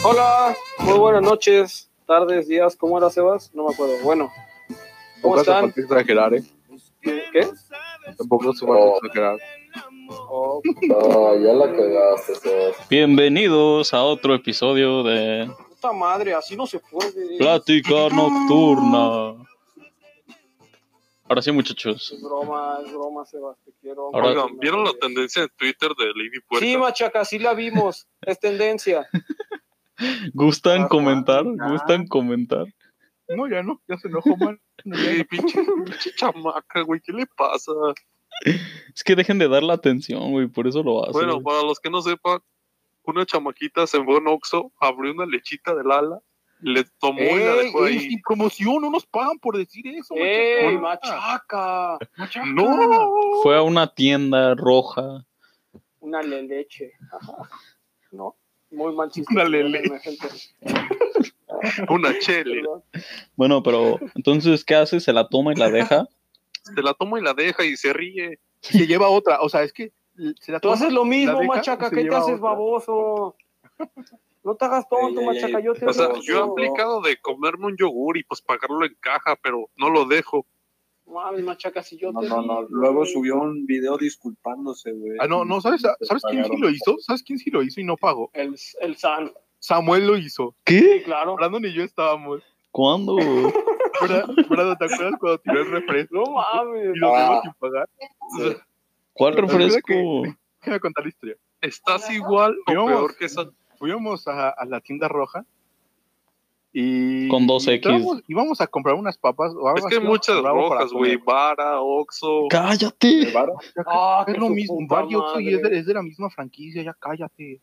Hola, muy buenas noches, tardes, días, ¿cómo era, Sebas? No me acuerdo. Bueno, ¿cómo Tampoco están? hace falta exagerar, ¿Qué? Tampoco hace falta exagerar. Oh, Ya la cagaste, Sebas. Bienvenidos a otro episodio de puta madre, así no se puede. Plática Nocturna. Ahora sí, muchachos. Es broma, Sebas, te quiero. Ahora- Oigan, ¿vieron la tendencia en Twitter de Lady Puerca? Sí, machaca, sí la vimos, es tendencia. ¿Gustan Ajá, comentar? ya. ¿Gustan comentar? No, ya se enojó, man. Sí, pinche chamaca, güey, ¿qué le pasa? Es que dejen de darle atención, güey, por eso lo hacen. Bueno, para los que no sepan, una chamaquita se fue a un Oxxo, abrió una lechita del ala, le tomó y la dejó ahí. Sin promoción, no nos pagan por decir eso, ¡Ey, machaca. machaca! ¡No! Fue a una tienda roja. Una leche. Ajá. No, muy mal chiste. Una lele. perdónenme, gente. Una chele. Perdón. Bueno, pero entonces, ¿qué hace? ¿Se la toma y la deja? Se la toma y la deja y se ríe. Se lleva otra, o sea, es que se la Tú toma, haces lo mismo, la deja, machaca, se ¿qué te lleva haces, otra. baboso? No te hagas tonto, Ey, machaca, yo te O sea, odio. yo he aplicado de comerme un yogur y pues pagarlo en caja, pero no lo dejo. Mames, machaca, si yo No, te no, no. digo, Luego güey. subió un video disculpándose, güey. No, ¿sabes quién sí lo hizo? ¿Sabes quién sí lo hizo y no pagó? El San. Samuel lo hizo. ¿Qué? Sí, claro. Brandon y yo estábamos. ¿Cuándo? Brandon, ¿te acuerdas cuando tiró el refresco? No mames. Y lo vimos sin pagar. Sí. ¿Cuál Recuerda refresco? Déjame contar la historia. ¿Estás igual o Íbamos. peor que esa? Fuimos a la tienda roja y Con 2X. íbamos a comprar unas papas o algo Es que hay así, muchas compraba para rojas, güey. comer. Vara, Oxxo. ¡Cállate! Ah, Es que lo su mismo, puta Bar y Oxxo, y madre. es de la misma franquicia, ya cállate.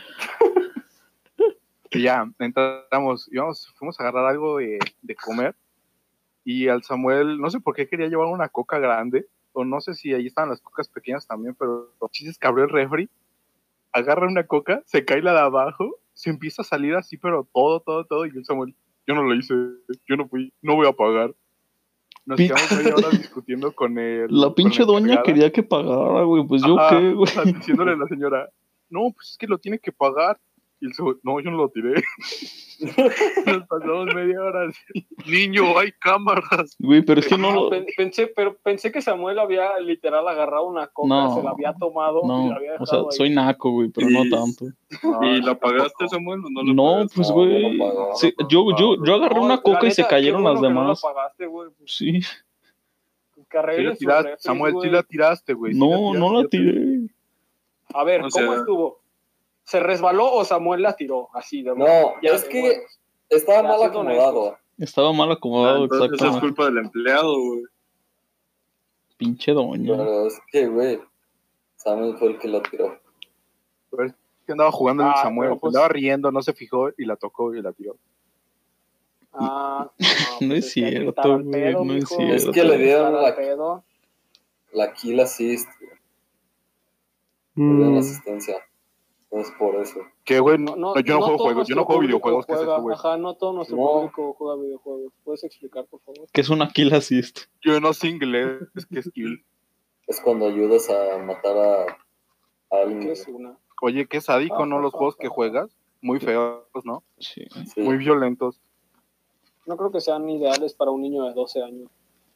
Y ya, entramos, fuimos a agarrar algo de comer y al Samuel, no sé por qué quería llevar una coca grande, o no sé si ahí estaban las cocas pequeñas también, pero chistes que abrió el refri, agarra una coca, se cae la de abajo, se empieza a salir así, pero todo, y el Samuel, yo no lo hice, yo no fui, no voy a pagar. Nos quedamos media hora discutiendo con él. La pinche doña quería que pagara, güey. Pues yo qué, güey. Diciéndole a la señora, no, pues es que lo tiene que pagar. Y el Samuel, no, yo no lo tiré. Nos pasamos media hora así. Niño, hay cámaras. Güey, pero es que no lo... Pensé que Samuel había literal agarrado una coca, No. se la había tomado y No, la había o sea, dejado ahí. soy naco, güey, pero no tanto. ¿Y la pagaste, Samuel? ¿O no la No, pagaste? pues, No, güey. no pagó, Sí, no yo pagó. agarré No, una la coca y neta, se cayeron qué bueno las que demás. No la pagaste, güey. Sí. Que arreglen sus refres, Samuel, güey. sí la tiraste, güey. sí No, no la yo te dije. tiré. A ver, O ¿cómo sea- estuvo? ¿Se resbaló o Samuel la tiró? Así de No, ya es de que huevos. estaba Ya, mal siendo acomodado. Estaba mal acomodado, Entonces eso es exactamente. culpa del empleado, güey. Pinche doña. Pero es que, güey, Samuel fue el que la tiró. Pero es que andaba jugando el Samuel, pero pues- andaba riendo, no se fijó y la tocó y la tiró. Ah, No pues es que hay que cierto, estar al güey, pedo, no es mijo. cierto. Es que le dieron Estar la- al pedo. La kill assist, güey. Le Mm. dieron asistencia. Entonces por eso. Que, güey, No, yo no juego todo juegos, yo no nuestro juego público videojuegos, ¿qué es juega, eso, güey? Ajá, no todo nuestro No. público juega videojuegos. ¿Puedes explicar, por favor? Que es una kill assist. Yo no sé inglés, es que es kill. Es cuando ayudas a matar a alguien. ¿Qué güey. es una? Oye, qué sádico, ¿no? Los juegos que juegas, muy feos, ¿no? Sí. Sí. Muy violentos. No creo que sean ideales para un niño de 12 años.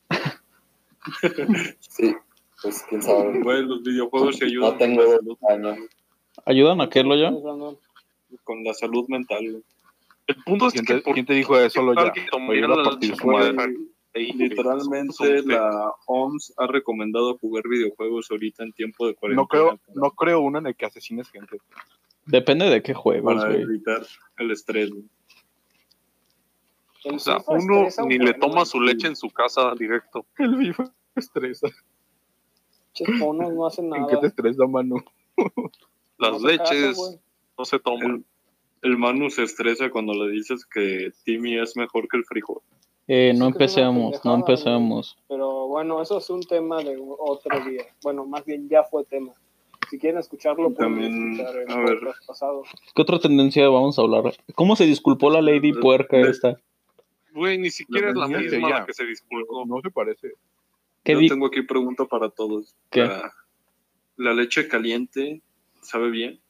Sí, pues quién sabe. Güey, los videojuegos se ayudan No tengo con la salud años. ¿Ayudan a qué lo ya? con la salud mental, güey. El punto es que ¿Quién te dijo eso, lo ya? alguien tomó Oye, la iba a partir su madre. ahí, Literalmente la OMS ha recomendado jugar videojuegos ahorita en tiempo de cuarentena No creo uno en el que asesines gente. Depende de qué juegos, para güey. evitar el estrés, güey. El O sea, FIFA uno estresa un ni le buen, toma güey. su leche en su casa directo. El FIFA estresa. Pinches monos no hacen ¿En qué te nada. estresa, Manu? Las No se casan, leches güey. no se toman. El Manu se estresa cuando le dices que Timmy es mejor que el frijol. No Es que es una empecemos, no pendejada, empecemos. Pero bueno, eso es un tema de otro día. Bueno, más bien ya fue tema. Si quieren escucharlo, pueden También, escuchar el a ver. podcast pasado. ¿Qué otra tendencia vamos a hablar? ¿Cómo se disculpó la Lady Puerca esta? Güey, ni siquiera es la Fíjate, misma ya. la que se disculpó. No se parece. ¿Qué Yo di- tengo aquí pregunta para todos. ¿Qué? ¿La leche caliente sabe bien?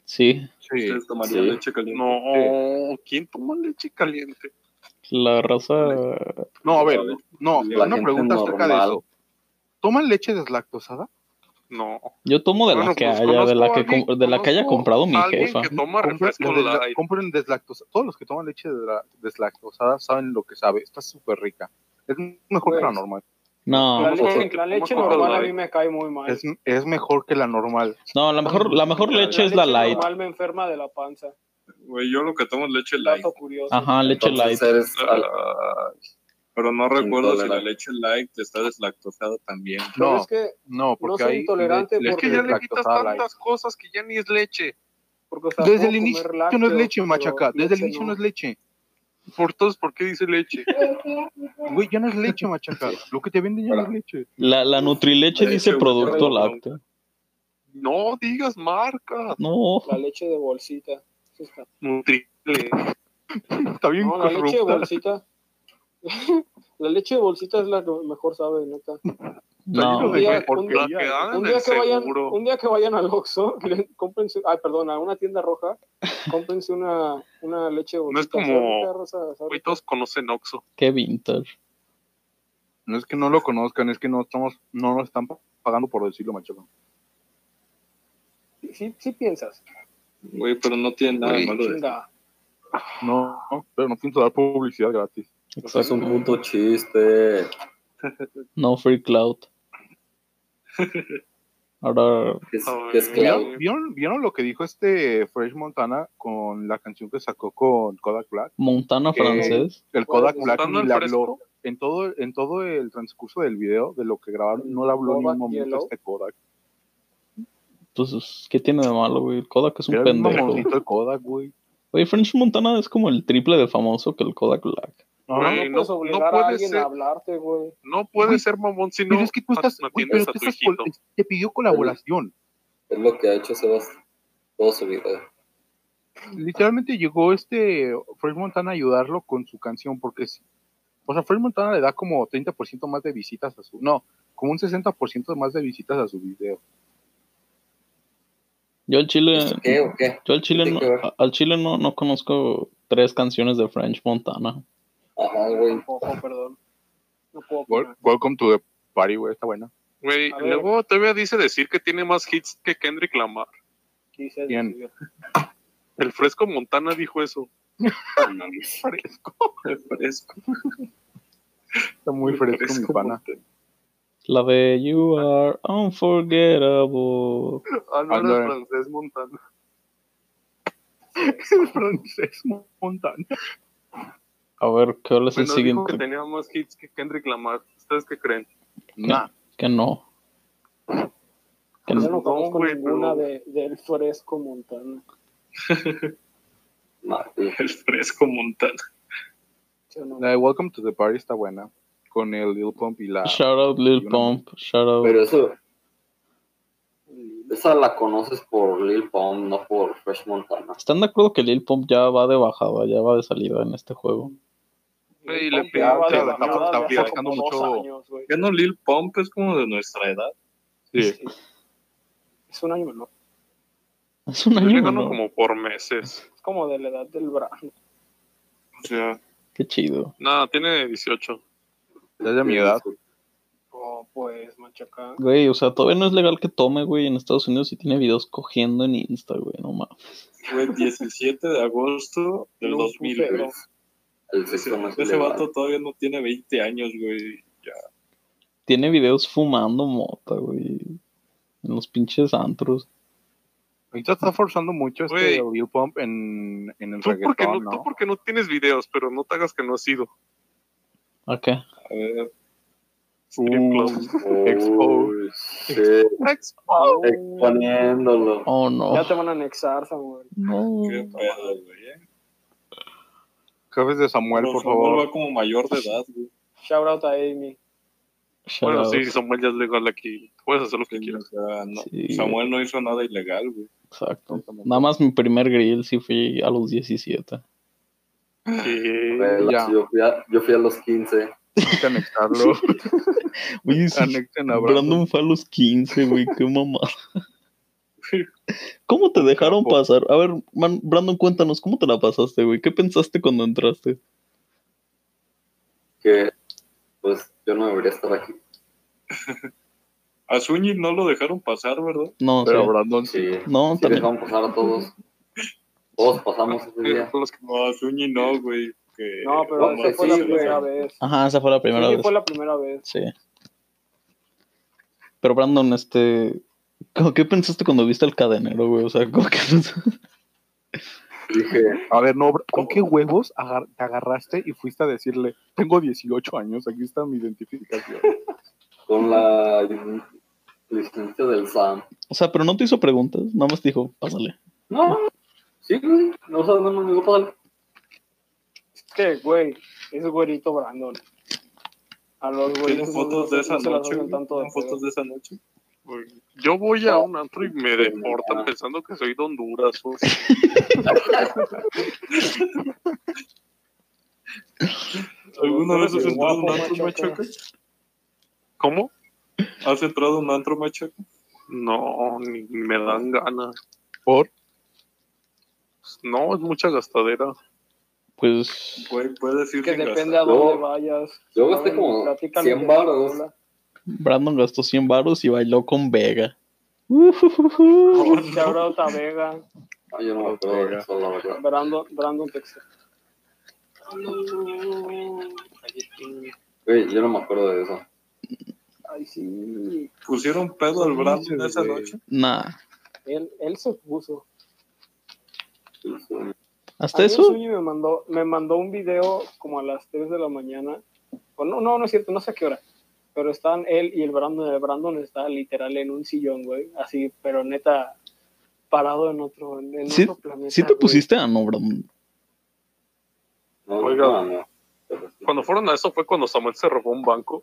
Sí, Sí. ¿Ustedes tomarían Sí. leche caliente? No, ¿quién toma leche caliente? la raza... No, a ver, no, La una gente pregunta acerca de normal. eso. ¿Toman leche deslactosada? No. Yo tomo de Bueno, la que pues, haya, de la conozco que, a alguien- de la que haya conozco comprado mi a alguien jefa. que toma refresco light. Compren deslactosada. Todos los que toman leche deslactosada saben lo que sabe. Está súper rica. Es mejor que la Pues, normal. No, La Conozco a leche, alguien que la toma leche Coca normal a Light. mí me cae muy mal. Es mejor que la normal. no, la mejor leche La es la leche light. normal me enferma de la panza. Güey, yo lo que tomo es leche light. Dato curioso. Ajá, leche Entonces light. eres Pero no recuerdo si la Intolerante. leche light está deslactosada también. Pero No, es que no, porque soy hay intolerante Es porque que ya le quitas deslactosada light. tantas cosas que ya ni es leche. porque, o sea, Desde puedo el inicio comer no es lácteos, leche, pero machaca. Desde el leche inicio no es leche. ¿Por qué dice leche? Güey, ya no es leche, machaca. Lo que te venden ya no es leche. La Nutrileche Leche, dice güey, producto pero- lácteo. No digas marca. No, La leche de bolsita. Eso está- Nutrible. Está bien No, la leche de corrupta. bolsita. La leche de bolsita es la que mejor sabe, neta. no. Un día, porquería. La que dan un en día el que vayan, seguro. un día que vayan al Oxxo, cómprense, a una tienda roja, cómprense una leche de bolsita. No es como- Sabe rica, Rosa, sabe Hoy rica. todos conocen Oxxo. Qué vintage. No es que no lo conozcan, es que no nos están pagando por decirlo, machaca. Sí piensas. Güey, pero no tiene nada Güey, malo de Chinga. No, pero no pienso dar publicidad gratis. Eso es un puto chiste. No free cloud. Ahora, Que es claro. ¿Vieron lo que dijo este Fresh Montana con la canción que sacó con Kodak Black? Montana francés. El Kodak Pues, Black Montana ni le el habló fresco. en todo el transcurso del video de lo que grabaron, no le habló ni Kodak un momento Yellow. a este Kodak. Pues, ¿qué tiene de malo, güey? Kodak es un Era un pendejo. mamoncito de Kodak, güey. Oye, French Montana es como el triple de famoso que el Kodak Black. Ajá. Güey, No puedes no obligar a puede alguien ser. a hablarte, güey. No puede Güey, ser mamón si no Pero es que tú estás, güey, pero atiendes a tú tu estás hijito. te pidió colaboración. Es lo que ha hecho Sebastián toda su vida. Literalmente llegó Fresh Montana a ayudarlo con su canción, porque o sea, Fresh Montana le da como 30% más de visitas como un 60% más de visitas a su video. Yo al Chile, ¿Qué o qué? yo al Chile, ¿Qué no, tiene que ver? al Chile no conozco 3 canciones de French Montana. Ajá, güey. Tampoco, perdón. No puedo opinar. Welcome to the party, güey, está buena. Güey, A ver. luego todavía dice decir que tiene más hits que Kendrick Lamar. Dices, Bien. dices, El Fresco Montana dijo eso. Fresco. fresco. Está muy fresco, mi pana. La de You Are Unforgettable. Ah, no Anda. era francés Montana. Francés Montana. A ver, ¿qué es el Bueno, dijo siguiente? que tenía más hits que Kendrick Lamar. ¿Ustedes qué creen? Nah. Que no. Que Yo no. no conozco güey, ninguna pero- del Fresco Montana. Mate. El fresco Montana. Yo no. La de Welcome to the Party está buena. Con el Lil Pump y la. Shout out Lil y una- Pump. Shout out. Pero esa la conoces por Lil Pump, no por Fresh Montana. ¿Están de acuerdo que Lil Pump ya va de bajada, ya va de salida en este juego? Güey, le Ya pegaba va de de bajada bajada, de está hace como buscando 2 mucho- años, güey. Ya no, Lil Pump es como de nuestra edad. Sí. Sí. Es un año, ¿no? Es un Yo año, le gano ¿no? como por meses. Es como de la edad del Brand. O sea, Qué chido. Nada, tiene 18. Es de mi edad. Oh, pues, machaca. Güey, o sea, todavía no es legal que tome, güey, en Estados Unidos y tiene videos cogiendo en Insta, güey, no mames. fue 17 de agosto del No, 2000, putero. güey. El sexo no es Ese legal. vato todavía no tiene 20 años, güey. Ya. Tiene videos fumando mota, güey. En los pinches antros. Ahorita está forzando mucho Güey. Lil Pump en el Tú porque, reggaetón, no, ¿no? tú porque no tienes videos, pero no te hagas que no has ido. ¿A qué? A ver, Strip club. Uy, shit. Exponiéndolo. Oh, no. Ya te van a anexar, Samuel. No. qué pedo, güey. Jefes de Samuel, Pero por Samuel favor. va como mayor de edad, güey. Shout out a Amy. Shout Bueno, out. sí, Samuel ya es legal aquí. Puedes hacer lo que O quieras. sea, no- Sí. Samuel no hizo nada ilegal, güey. Exacto. Nada más mi primer grill sí fui a los 17. Relax, Ya. yo fui a los 15. Hay que anexarlo. Oye, sí, Anexen a Brandon. Brandon fue a los 15, güey, qué mamá. ¿Cómo te dejaron pasar? A ver, Brandon, cuéntanos, ¿cómo te la pasaste, güey? ¿Qué pensaste cuando entraste? Que, pues, yo no debería estar aquí. A Zúñiga no lo dejaron pasar, ¿verdad? No, Pero sí. Brandon sí. Sí, No, sí también. dejaron pasar a todos. Todos pasamos ese día. Los que- No, a Zúñiga no, güey. Que No, pero No, esa fue la sí, primera güey. vez. Ajá, esa fue la primera Sí, vez. fue la primera vez. Sí. Pero Brandon, ¿qué pensaste cuando viste al cadenero, güey? O sea, ¿cómo que Dije, A ver, no, ¿con qué huevos te agarraste y fuiste a decirle, tengo 18 años, aquí está mi identificación? con la licencia del SAM. O sea, pero no te hizo preguntas, nada más te dijo, pásale. No, sí, güey. No sabes, no me digo, pásale. Es que, güey, es güerito Brandon. A los ¿tienen güeritos fotos de esa no se las noche, hacen güey? tanto de ¿Tienen fotos pedo. de esa noche? Yo voy a un antro y me deportan pensando que soy de Honduras. O sea, ¿Alguna vez has entrado a un Guapo, antro, machaca. machaca? ¿Cómo? ¿Has entrado a un antro, machaca? No, ni me dan ganas. ¿Por? No, es mucha gastadera. Pues, Güey, puedes ir Que sin depende a gastar. dónde Yo- vayas. yo gasté como Platícale 100 de varos. Coca-Cola. Brandon gastó 100 varos y bailó con Vega. Shout out a Vega. Ah, yo no me acuerdo de eso, la verdad. Brandon Texas. Güey, yo no me acuerdo de eso. Ay, sí. ¿Pusieron pedo al Brandon dices, esa güey? noche? Nah. Él se puso. ¿Hasta A mí eso? Suñi me mandó un video como a las 3 de la mañana. O no es cierto, no sé a qué hora. Pero están él y el Brandon. El Brandon está literal en un sillón, güey. Así, pero neta, parado en otro ¿Sí, otro planeta. ¿sí te güey. pusiste? Ah, no, Brandon. No, Oiga. no. Pero sí. Cuando fueron a eso fue cuando Samuel se robó un banco.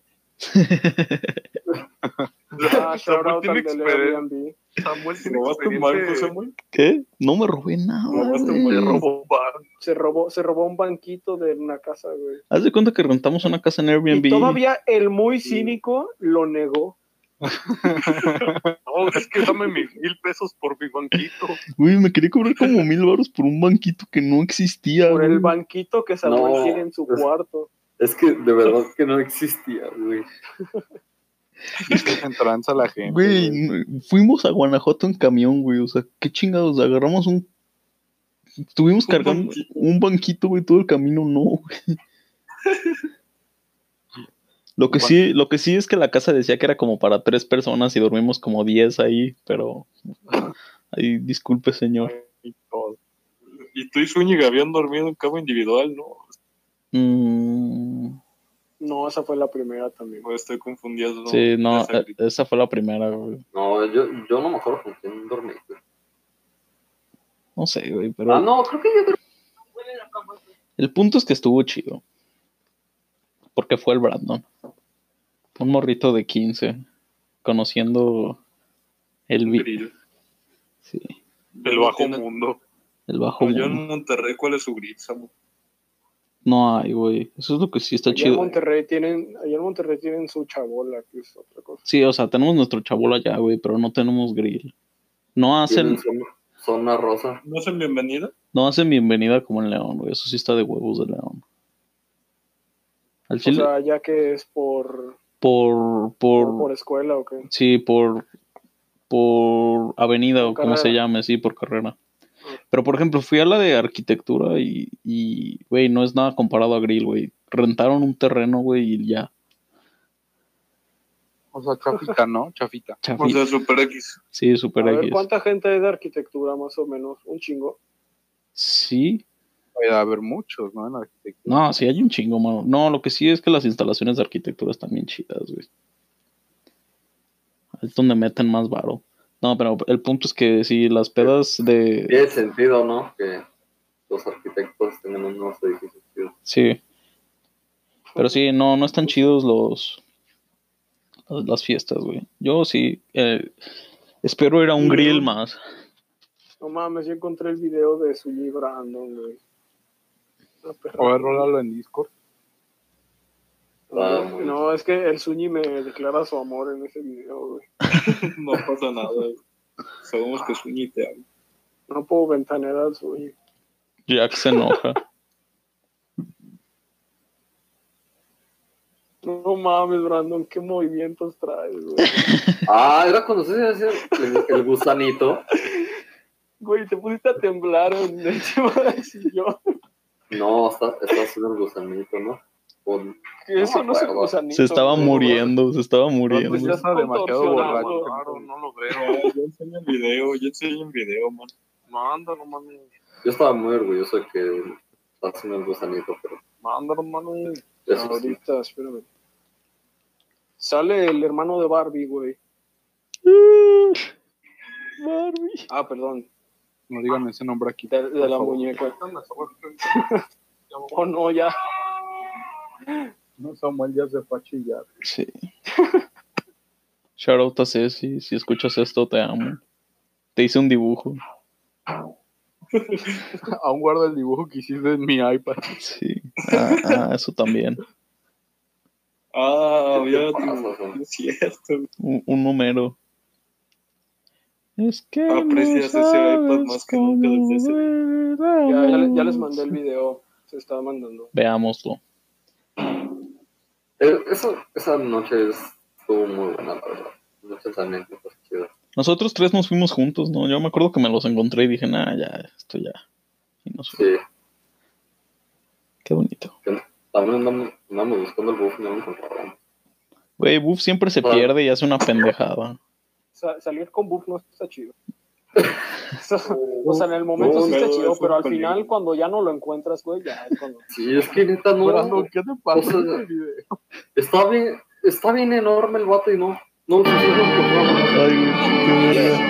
Ah, shout Samuel out tiene al del experiencia. Airbnb. Samuel tiene ¿Robaste un banco, experiencia. Samuel? ¿Qué? No me robé nada, ¿Robaste un güey. Se robó banco. Se robó un banquito de una casa, güey. Haz de cuenta que rentamos una casa en Airbnb. Y todavía el muy cínico lo negó. No, es que dame mis 1,000 pesos por mi banquito. Güey, me quería cobrar como 1000 varos por un banquito que no existía, Por el güey. banquito que Samuel No, tiene en su es- cuarto. Es que de verdad que no existía, güey. En tranza la gente. Güey, fuimos a Guanajuato en camión, güey. O sea, qué chingados. Agarramos estuvimos cargando banquito. un banquito, güey, todo el camino, no, güey. Lo que sí es que la casa decía que era como para 3 personas y dormimos como 10 ahí, pero ahí disculpe, señor. Y todo. Y tú y Zúñiga habían dormido en cama individual, ¿no? Mm, No, esa fue la primera también. O estoy confundido. sí, no, Esa grita. esa fue la primera, güey. No, yo no me acuerdo con quién dormí, güey. No sé, güey, pero Ah, no, creo que yo dormí. el punto es que estuvo chido. Porque fue el Brandon. Un morrito de 15, conociendo el Grill. sí, El bajo Tiene- mundo. el bajo Allá mundo. en Monterrey, ¿cuál es su grill, Samuel? No hay, güey. Eso es lo que sí está Allá en chido. Monterrey tienen su chabola, que es otra cosa. Sí, o sea, tenemos nuestro chabolo allá, güey, pero no tenemos grill. No hacen, Tienen zona rosa. ¿No hacen bienvenida? no hacen bienvenida como en León, güey. Eso sí está de huevos de León. Al O chile, sea, ya que es por por escuela o qué. sí, por avenida Por o como se carrera. llame, sí, por carrera. Pero, por ejemplo, fui a la de arquitectura y güey, no es nada comparado a grill, güey. Rentaron un terreno, güey, y ya. O sea, chafita, ¿no? Chafita. O Chafi. sea, Super X. Sí, A super ver, X. ¿cuánta gente hay de arquitectura más o menos? Un chingo. Sí. Puede haber muchos, ¿no? En arquitectura. No, sí hay un chingo, mano. No, lo que sí es que las instalaciones de arquitectura están bien chidas, güey. Es donde meten más varo. No, pero el punto es que sí, las pedas de... Tiene sentido, ¿no? Que los arquitectos tengan unos edificios chidos. Sí. Pero sí, no están chidos las fiestas, güey. Yo sí, espero ir a un grill más. No mames, yo encontré el video de Suñi Brandon, güey. Una perra. O ver, rólalo en Discord. No, es que el Suñi me declara su amor en ese video, güey. No pasa nada. Sabemos que Suñi te ama. No puedo ventanear al sueño. Jack se enoja. No mames, Brandon, qué movimientos traes, güey. Era cuando se hacía el gusanito. Güey, te pusiste a temblar encima del sillón. No, está haciendo el gusanito, ¿no? Que eso no se acuerdo. gusanito. Se estaba güey. muriendo, se estaba Pues muriendo. ya está demasiado contorsionando. borracho. Claro, no lo veo. Yo enseño el video, man. Mándalo, mano. Yo estaba muy orgulloso de que está haciendo el gusanito, pero Mándalo, mano. eso sí. Ahorita, espérame. Sale el hermano de Barbie, güey. Barbie. Ah, perdón. No digan ese nombre aquí. De por la favor. muñeca. Oh, no, ya. No, Samuel ya se fue a chillar. Sí. Shout out a Ceci, si escuchas esto, te amo. Te hice un dibujo. Aún guardo el dibujo que hiciste en mi iPad. Sí. Eso también. Ya, pasa, tío, Sam? es cierto. Un número. Es que Aprecias no ese iPad sabes más que nunca cómo desde ese día. duele el Ya les amor. mandé el video. Se estaba mandando. Veámoslo. Esa noche estuvo muy buena, la verdad. Muchas anécdotas chidas. Nosotros tres nos fuimos juntos, ¿no? Yo me acuerdo que me los encontré y dije, nah, ya, esto ya. Y nos fuimos. Sí, Qué bonito. también andamos buscando el buff y no lo encontramos. Güey, Buff siempre se pierde y hace una pendejada. Salir con buff no está chido. O sea, en el momento sí está no, chido, eso pero al conmigo. final, cuando ya no lo encuentras, güey, ya es cuando. Sí, es que neta no. Brandon, ¿qué te pasa O sea, en el video? Está bien enorme el vato y no. No, sí, sí, no, Ay, güey, qué verga.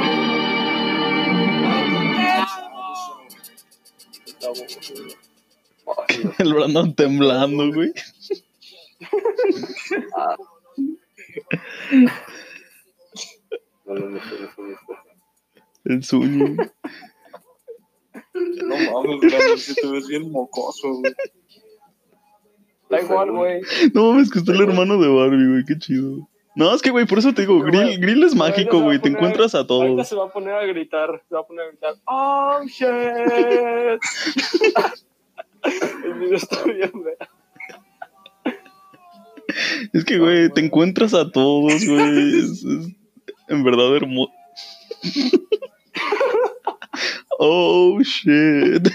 El Brandon temblando, güey. No lo meto en eso mismo. El sueño. No mames, Brandon, si te ves bien mocoso, güey. Da igual, güey. No mames, que está el hermano de Barbie, güey, qué chido. No, es que, güey, por eso te digo, Grill es mágico, güey, te encuentras a Ahorita todos. se va a poner a gritar. ¡Oh, shit! El video está bien, güey. Es que, güey, te encuentras a todos, güey. Es en verdad hermoso. Oh, shit.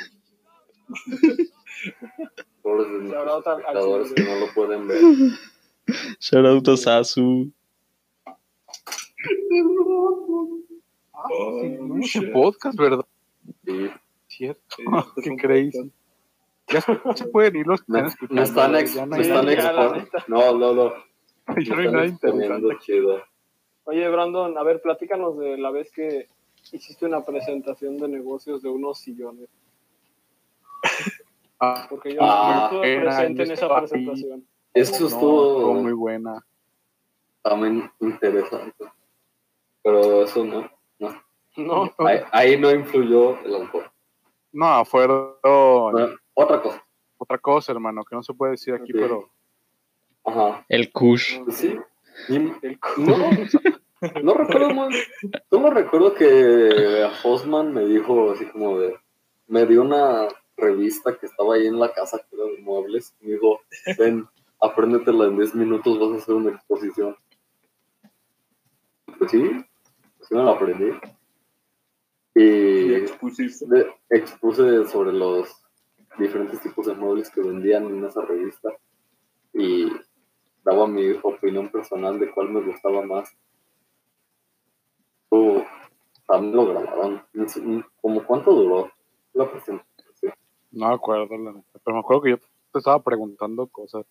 Pobres de Se habrá nuestros otra- espectadores que no lo pueden ver. Shout out a Sasu. Ese podcast, ¿verdad? Sí. Cierto. Sí, Qué un crazy. Ya se pueden ir los que están Me escuchando. están Ya no Sí, me están ya, la expo- neta. No. Me ya no hay están nada exponiendo interesante. chido. Oye, Brandon, a ver, platícanos de la vez que hiciste una presentación de negocios de unos sillones. Ah, Porque yo Ah, estuve era, presente yo en esa estaba ahí. presentación. Eso no, estuvo muy estuvo buena. también interesante. Pero eso no. No, Ahí no influyó el alcohol. No, fueron Bueno, otra cosa. otra cosa, hermano, que no se puede decir aquí, Ok. pero Ajá. El Kush. Pues sí. Y el no recuerdo muy. Solo recuerdo que Hoffman me dijo así como de. Me dio una revista que estaba ahí en la casa que era de muebles. Y me dijo: ven, apréndetela en 10 minutos, vas a hacer una exposición. Pues sí, me la aprendí. Y Y expusiste. expuse sobre los diferentes tipos de muebles que vendían en esa revista. Y daba mi opinión personal de cuál me gustaba más. También lo grabaron. ¿Cómo cuánto duró la presentación? no me acuerdo, la neta. Pero me acuerdo que yo te estaba preguntando cosas.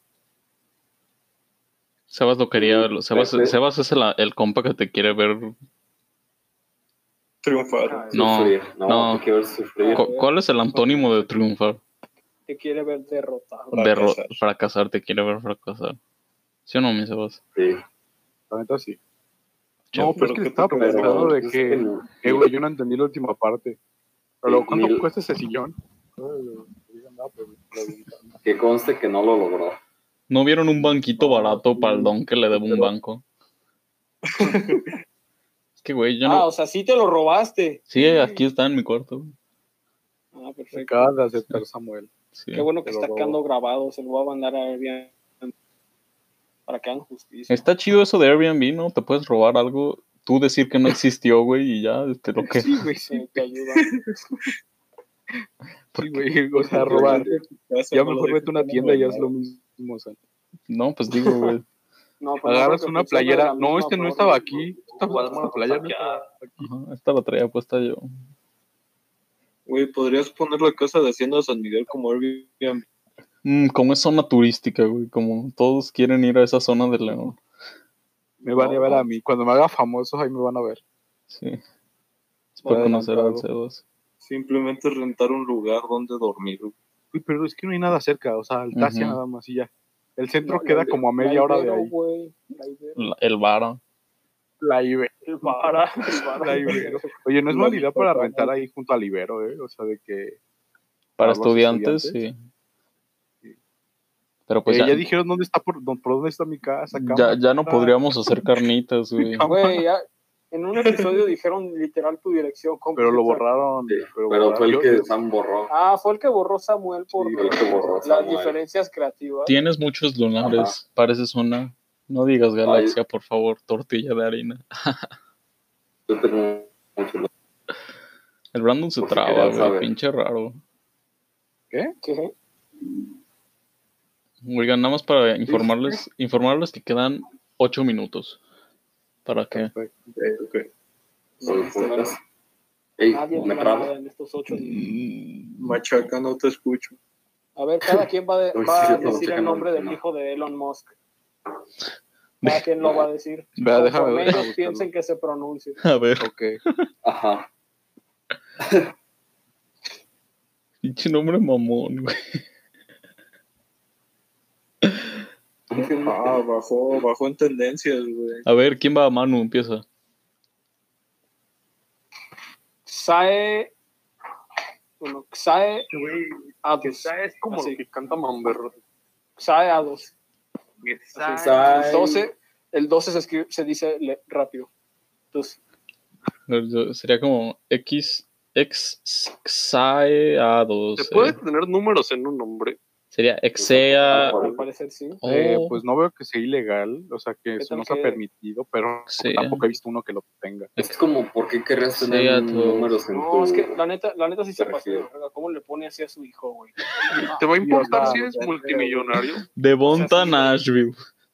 Sebas lo quería verlo. Sebas es el compa que te quiere ver. Triunfar. No, Sufrir. no. Te quiero ver sufrir. ¿Cuál es el antónimo de triunfar? te quiere ver derrotado. Fracasar. Fracasar, te quiere ver fracasar. ¿Sí o no, mi Sebas? Sí. La neta sí. Chao. No, pero es que estaba Pero pensando de es que, no. güey, yo no entendí la última parte. Pero, Sí, ¿cuánto mil- cuesta ese sillón? Que conste que no lo logró. ¿No vieron un banquito barato para el don que le debe un banco? Es que, güey, yo no... o sea, sí te lo robaste. Sí, aquí está en mi cuarto, güey. Ah, perfecto. Acabas de aceptar, Samuel. Sí. Qué bueno que te lo está robo. quedando grabado. Se lo voy a mandar a Airbnb para que hagan justicia. Está chido eso de Airbnb, ¿no? Te puedes robar algo, tú decir que no existió, güey, y ya, lo que... Sí, güey, sí. Te ayuda. Sí, güey, o sea, robar. Ya mejor vete a una tienda y haz lo mismo, o sea. No, pues digo, güey. No, pues no Agarras creo que una funcione de playera. la No, misma este no forma. estaba aquí. Esta playera no estaba aquí. Ajá, esta la traía puesta yo. Güey, podrías poner la casa de Hacienda San Miguel como Airbnb. Como es zona turística, güey, como todos quieren ir a esa zona de León. Me van a ver a mí. Cuando me haga famoso, ahí me van a ver. Sí. Es para conocer al Adelantado. C2. Simplemente rentar un lugar donde dormir. Güey. Uy, pero es que no hay nada cerca, o sea, Altacia Ujú. nada más y ya. El centro No, queda la- como a la media hora de Ibero, ahí. güey, la Ibero. El Vara. La Ibero. El Vara, el Vara. La Ibero. Oye, no es mala idea para rentar ahí junto al Ibero, ¿eh? O sea, de que... Para los estudiantes, sí. Pero pues ya ya, dijeron dónde está, por dónde está mi casa. ya no podríamos hacer carnitas, güey. Güey, ya en un episodio dijeron literal tu dirección Pero lo completa. borraron. Sí, Pero fue el yo- que Sam borró. Ah, fue el que borró Samuel por Sí, fue el que borró las Samuel. diferencias creativas. Tienes muchos lunares, pareces una... No digas galaxia, por favor, tortilla de harina. Yo tengo mucho. El Brandon se Por si traba, querían güey, saber. pinche raro. ¿Qué? Oigan, nada más para informarles que quedan 8 minutos. ¿Para qué? Ok. Por el podcast. Ey, Nadie me diga trabo. nada en estos 8 minutos. Machaca, no te escucho. A ver, cada quien va, Uy, va sí, a no, decir checa, el no, nombre del no. hijo de Elon Musk. Cada quien lo va a decir. Vea, déjame Conforme ver. ellos buscarlo. piensen que se pronuncie. A ver, Ok. Ajá. pinche nombre mamón, güey. Ah, bajó en tendencias, güey. A ver, ¿quién va? Manu, empieza. Sae. Bueno, Sae A2. Es como Así. lo que canta Mamberro. Sae A2. Sae. El 12 se dice rápido. Entonces, Sería como XAE2. ¿Se puede tener números en un nombre? Sería Exea. al parecer sí. Pues no veo que sea ilegal, o sea, que ¿Qué eso tal no sea que- permitido, pero Sí. tampoco he visto uno que lo tenga. Es como, ¿por qué querrías tener Sí, a tu- números en No, tu... es que la neta sí se te pasó de refiero. verga. ¿Cómo le pone así a su hijo, güey? ¿Te va a importar Dios, si es multimillonario? Devonta O sea, sí, Nashville.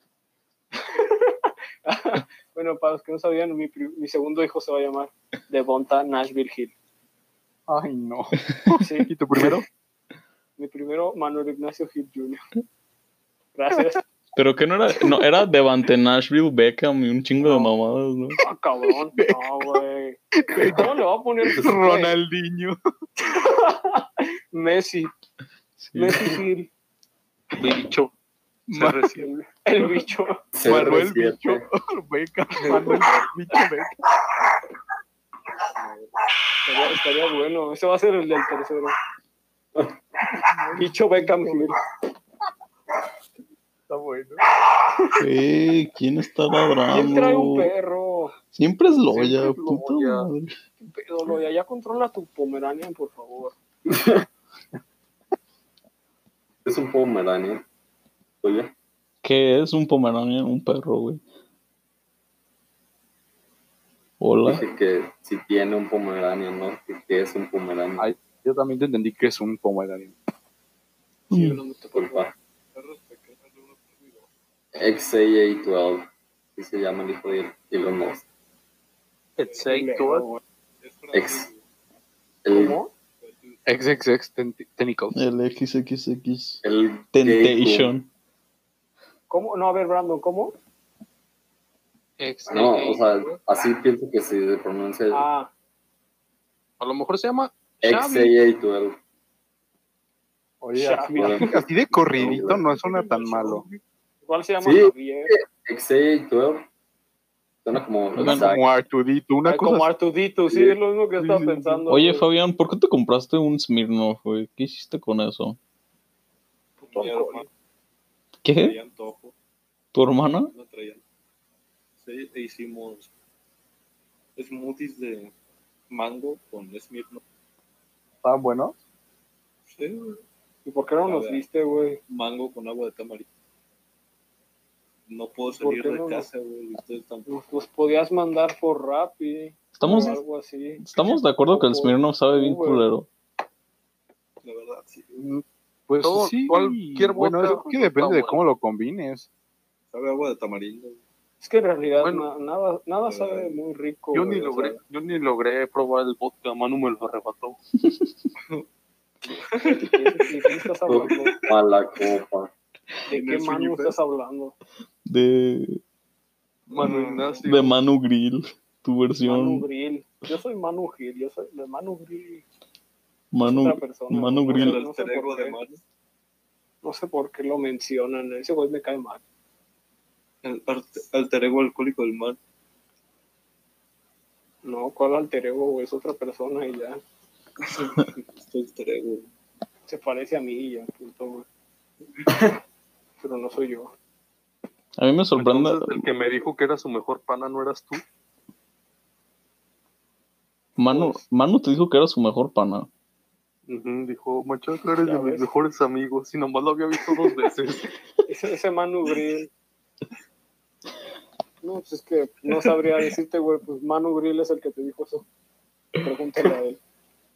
Bueno, para los que no sabían, mi segundo hijo se va a llamar Devonta Nashville Hill. Ay, no. Sí, ¿Y tu primero? mi primero, Manuel Ignacio Hill Jr. Gracias. Pero que no era. No, era Devante Nashville, Beckham y un chingo de mamadas, ¿no? Ah, cabrón. No, güey. ¿Cómo le va a poner Ronaldinho. Messi? Sí. Messi Hill. Bicho. Ma- El bicho. Manuel CR7. Bicho. Beca. Manuel Bicho Beca. Estaría bueno. Ese va a ser el del tercero. Bicho Beckham Hill. Está bueno. ¿Quién está ladrando? ¿Quién trae un perro? Siempre es Loya, Siempre es puta Loya. madre. ¿Qué pedo, Loya? Ya controla tu Pomeranian, por favor. Es un Pomeranian. Oye, ¿Qué es un Pomeranian? Un perro, güey. Hola. dije que si tiene un Pomeranian, ¿no? Que es un Pomeranian. Ay, yo también te entendí que es un Pomeranian. Sí, no me te Disculpa. XAA12. Así se llama el hijo de Elon Musk. Ex. El, ¿Cómo? XXX Tentacles. El XXX. el Temptation. ¿Cómo? No, a ver, Brandon, ¿cómo? No, o sea, así pienso que se pronuncia Ah, A lo mejor se llama Xavi. XAA12. Oye, Xavi. así de corridito no suena tan malo. igual se llama Sí. Javier. XAA12. Suena como Oigan, Isaac. Como Artudito, una Ay, como cosa. Artudito, sí, es lo mismo que estaba pensando. Oye, güey. Fabián, ¿por qué te compraste un Smirnoff, güey? ¿Qué hiciste con eso? Puto alcohol. ¿Qué? Traían topo, ¿Tu hermana? no traían. Sí, e hicimos smoothies de mango con Smirnoff. ¿Estaban buenos? Sí, güey. ¿Y por qué no nos viste, güey? Mango con agua de tamarindo. No puedo ¿Por salir qué de no casa, güey. Ustedes tampoco. Nos podías mandar por Rappi Estamos, o algo así. estamos de acuerdo que el O por Smirnoff sabe bien Uber. culero. La verdad, sí. Pues Todo- sí. cualquier Bueno, vodka eso que depende de está cómo lo combines. Sabe agua de tamarindo. Güey. Es que en realidad Bueno. nada sabe muy rico. Yo güey, ni o sea, logré probar el vodka, Manu me lo arrebató. ¿de qué estás hablando? Mala copa. ¿De En qué el Manu Suñifest. estás hablando? De Manu Ignacio. de Manu Grill, tu Manu versión. Grill. Yo soy Manu Gil, yo soy de Manu Grill. Manu, otra persona, Manu ¿no? Grill. El No sé alter ego por de qué. Manu. No sé por qué lo mencionan. Ese güey me cae mal. El alter ego alcohólico del mal. No, ¿cuál alter ego, güey? Es otra persona y ya. Este alter ego. Se parece a mí y ya, punto, güey. Pero no soy yo. A mí me sorprende. Entonces, el que me dijo que era su mejor pana no eras tú. Manu te dijo que era su mejor pana. Ujú, dijo, Machaca, eres Ya de mis ves. mejores amigos. Y nomás lo había visto 2 veces. Ese Manu Grill. No, pues es que no sabría decirte, güey. Pues Manu Grill es el que te dijo eso. Pregúntale a él.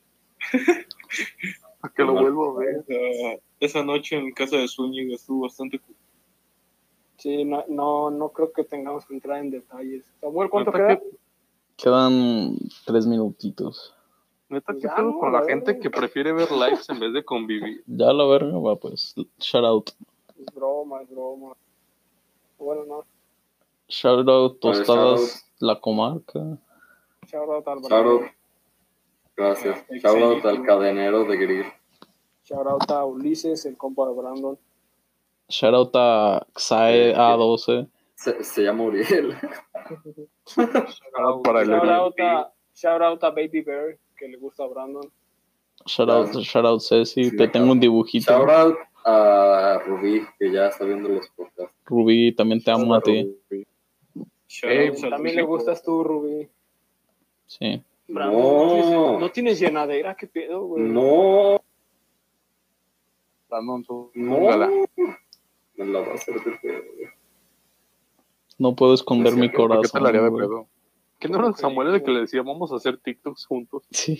Para que lo vuelva a ver. Esa noche en casa de Zúñiga estuvo bastante cool. Sí, no creo que tengamos que entrar en detalles. Samuel, ¿cuánto Neta, queda? Quedan 3 minutitos. Neta, Pues ¿qué ya, pedo no, con la la gente verga. que prefiere ver lives en vez de convivir? Ya la verga va, pues. Shout out. Es broma, es broma. Bueno, no. Shout out Vale, Tostadas shout La Comarca. Shout out al Shout Brandon. out. Gracias. Ah, Shout out excelente. al cadenero de grill. Shout out a Ulises, el compa de Brandon. Shout out a Xae A12. Se llama Uriel. Para el Shout out a Baby Bear, que le gusta a Brandon. Shout out Ceci. Sí, Te tengo un dibujito. Shout out a Rubí, que ya está viendo los podcasts. Rubí, también te amo a ti. Shoutouts al También le México. gustas tú, Rubí. Sí. Brandon, No. no tienes llenadera, ¿qué pedo, güey? No, Brandon, tú, no. póngala. Me la va a hacer de pedo. No puedo esconder mi ¿Por qué corazón. te la haría de güey. pedo? ¿Qué no era el Samuel el que le decía vamos a hacer TikToks juntos? Sí.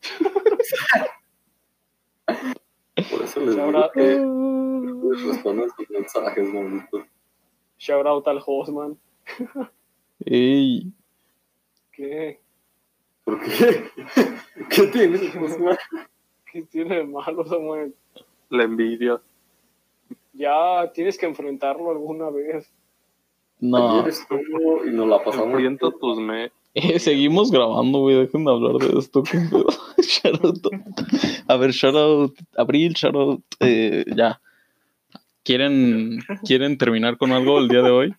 Por eso les Shout digo out, que respondan sus mensajes, malditos. shout out al Hostman. Ey. ¿Qué? ¿Por qué? ¿Qué tienes, Osman? ¿Qué tiene de malo, Samuel? La envidia. Ya tienes que enfrentarlo alguna vez. No. Ayer estuvo y nos la pasamos. Enfrenta tus me. Seguimos grabando, güey. Dejen de hablar de esto. ¿Qué pedo? Shout out. A ver, shout out. Abril, shout out. Ya. ¿Quieren terminar con algo el día de hoy?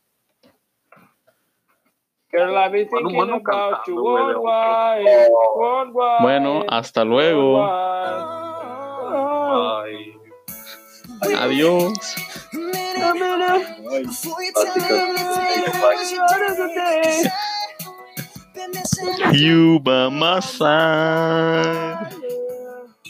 Girl, I've been Manu, thinking Manu about cantando, you güey, de worldwide, worldwide. Bueno, hasta luego. Worldwide. Ay. Adiós. You by my side.